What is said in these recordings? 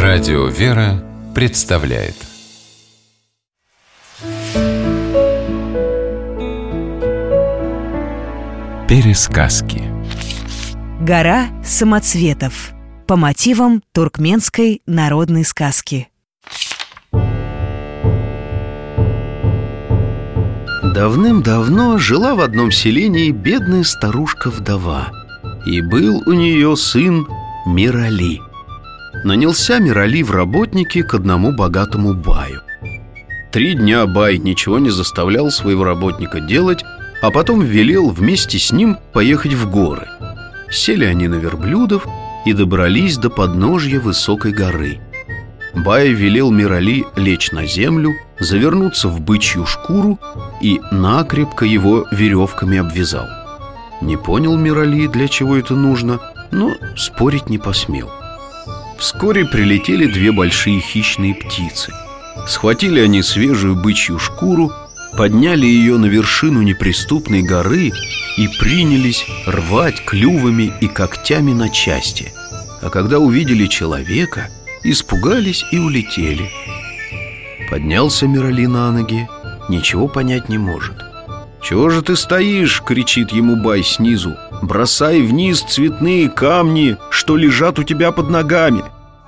Радио «Вера» представляет Пересказки. Гора самоцветов по мотивам туркменской народной сказки. Давным-давно жила в одном селении бедная старушка-вдова, и был у нее сын Мирали. Нанялся Мирали в работники к одному богатому баю. 3 дня бай ничего не заставлял своего работника делать, а потом велел вместе с ним поехать в горы. Сели они на верблюдов и добрались до подножья высокой горы. Бай велел Мирали лечь на землю, завернуться в бычью шкуру и накрепко его веревками обвязал. Не понял Мирали, для чего это нужно, но спорить не посмел. Вскоре прилетели 2 большие хищные птицы. Схватили они свежую бычью шкуру, подняли ее на вершину неприступной горы и принялись рвать клювами и когтями на части. А когда увидели человека, испугались и улетели. Поднялся Мирали на ноги, ничего понять не может. «Чего же ты стоишь?» — кричит ему бай снизу. «Бросай вниз цветные камни, что лежат у тебя под ногами!»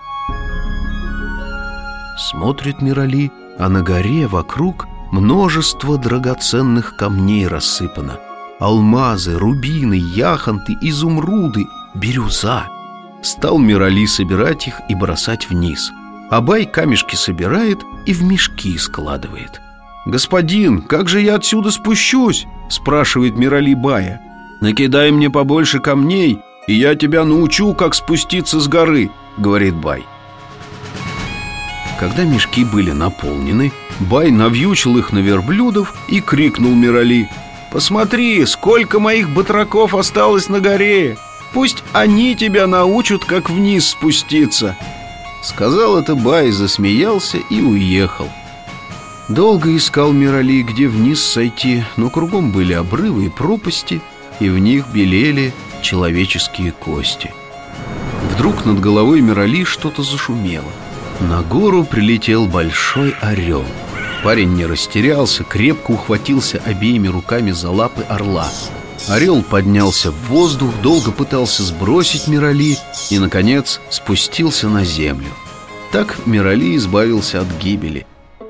Смотрит Мирали, а на горе вокруг множество драгоценных камней рассыпано. Алмазы, рубины, яхонты, изумруды, бирюза. Стал Мирали собирать их и бросать вниз. А бай камешки собирает и в мешки складывает. «Господин, как же я отсюда спущусь?» — спрашивает Мирали бая. «Накидай мне побольше камней, и я тебя научу, как спуститься с горы», — говорит бай. Когда мешки были наполнены, бай навьючил их на верблюдов и крикнул Мирали: «Посмотри, сколько моих батраков осталось на горе! Пусть они тебя научат, как вниз спуститься!» Сказал это бай, засмеялся и уехал. Долго искал Мирали, где вниз сойти, но кругом были обрывы и пропасти, и в них белели человеческие кости. Вдруг над головой Мирали что-то зашумело. На гору прилетел большой орел. Парень не растерялся, крепко ухватился обеими руками за лапы орла. Орел поднялся в воздух, долго пытался сбросить Мирали и, наконец, спустился на землю. Так Мирали избавился от гибели.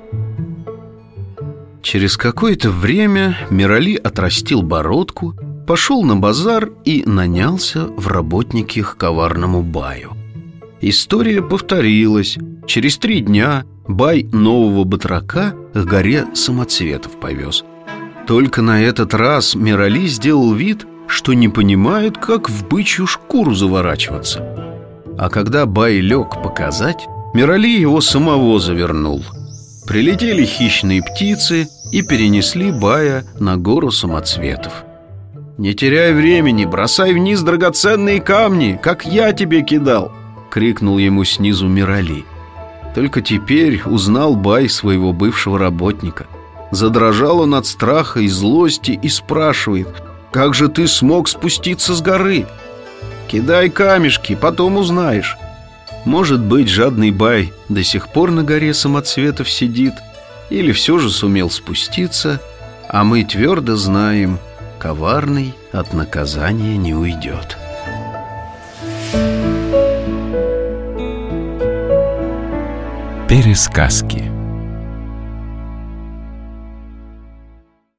Через какое-то время Мирали отрастил бородку, пошел на базар и нанялся в работники к коварному баю. История повторилась. Через 3 дня бай нового батрака к горе самоцветов повез. Только на этот раз Мирали сделал вид, что не понимает, как в бычью шкуру заворачиваться. А когда бай лег показать, Мирали его самого завернул. Прилетели хищные птицы и перенесли бая на гору самоцветов. «Не теряй времени, бросай вниз драгоценные камни, как я тебе кидал!» — крикнул ему снизу Мирали. Только теперь узнал бай своего бывшего работника. Задрожал он от страха и злости и спрашивает: «Как же ты смог спуститься с горы?» «Кидай камешки, потом узнаешь». Может быть, жадный бай до сих пор на горе самоцветов сидит, или все же сумел спуститься, а мы твердо знаем: коварный от наказания не уйдет. Пересказки.